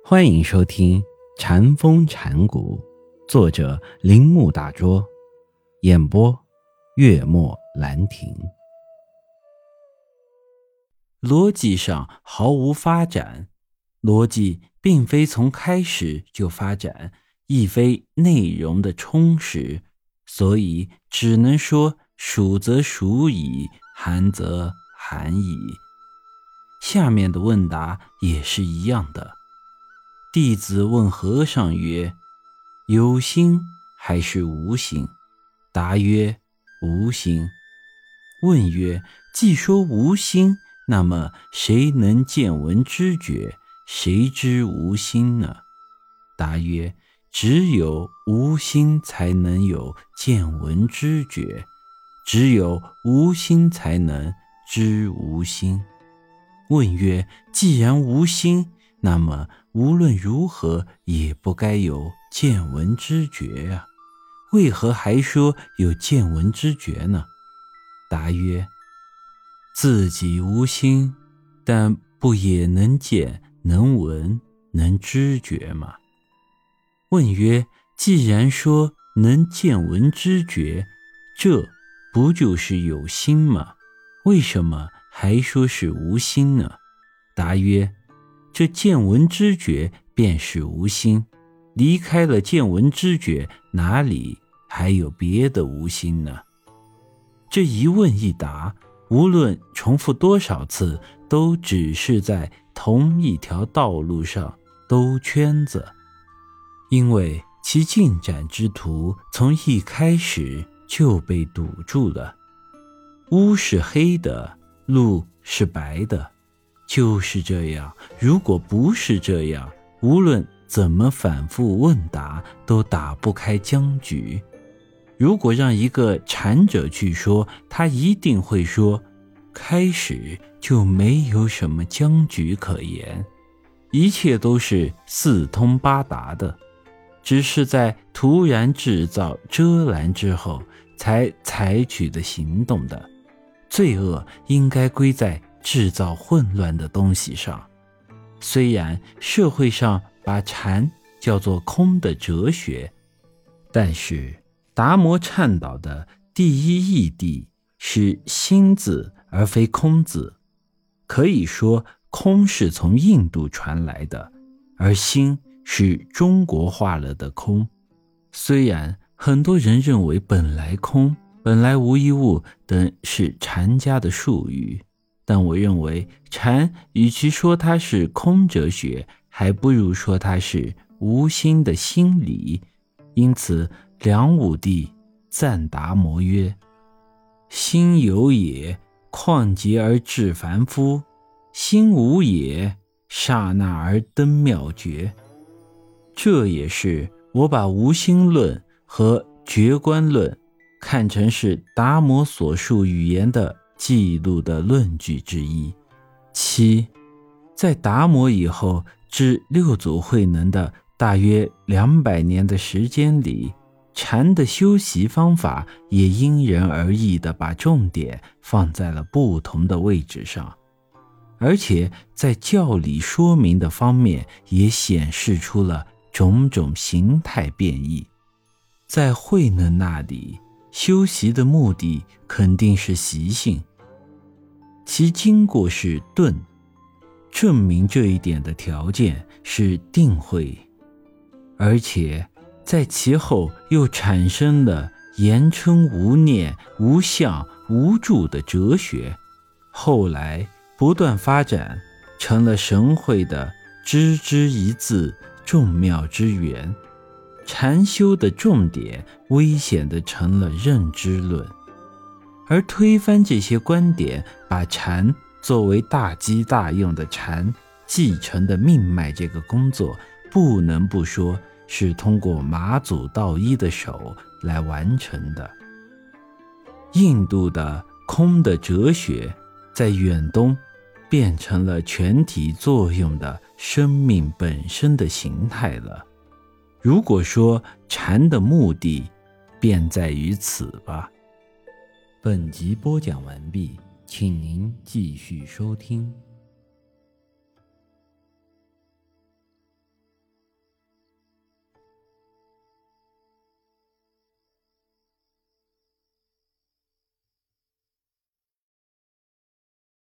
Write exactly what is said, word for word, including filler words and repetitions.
欢迎收听《禅风禅谷》，作者铃木大拙，演播月末兰亭。逻辑上毫无发展，逻辑并非从开始就发展，亦非内容的充实，所以只能说属则属矣，含则含矣。下面的问答也是一样的。弟子问和尚曰：有心还是无心？答曰：无心。问曰：既说无心，那么谁能见闻知觉？谁知无心呢？答曰：只有无心才能有见闻知觉，只有无心才能知无心。问曰：既然无心，那么无论如何也不该有见闻知觉啊，为何还说有见闻知觉呢？答曰：自己无心，但不也能见能闻能知觉吗？问曰：既然说能见闻知觉，这不就是有心吗？为什么还说是无心呢？答曰：这见闻知觉便是无心，离开了见闻知觉，哪里还有别的无心呢？这一问一答，无论重复多少次，都只是在同一条道路上兜圈子，因为其进展之途从一开始就被堵住了。屋是黑的，路是白的，就是这样。如果不是这样，无论怎么反复问答，都打不开僵局。如果让一个禅者去说，他一定会说，开始就没有什么僵局可言，一切都是四通八达的，只是在突然制造遮拦之后才采取的行动的。罪恶应该归在制造混乱的东西上。虽然社会上把禅叫做空的哲学，但是达摩倡导的第一义谛是心字而非空字，可以说空是从印度传来的，而心是中国化了的空。虽然很多人认为本来空、本来无一物等是禅家的术语，但我认为禅与其说它是空哲学，还不如说它是无心的心理。因此梁武帝赞达摩曰：心有也，旷劫而至凡夫；心无也，刹那而登妙觉。这也是我把无心论和觉观论看成是达摩所述语言的记录的论据之一。七，在达摩以后至六祖慧能的大约两百年的时间里，禅的修习方法也因人而异地把重点放在了不同的位置上，而且在教理说明的方面也显示出了种种形态变异。在慧能那里，修习的目的肯定是习性，其经过是顿，证明这一点的条件是定慧，而且在其后又产生了言称无念、无相、无住的哲学，后来不断发展，成了神会的知之一字众妙之源。禅修的重点危险地成了认知论，而推翻这些观点，把禅作为大机大用的禅继承的命脉，这个工作不能不说是通过马祖道一的手来完成的。印度的空的哲学在远东变成了全体作用的生命本身的形态了。如果说禅的目的便在于此吧。本集播讲完毕，请您继续收听。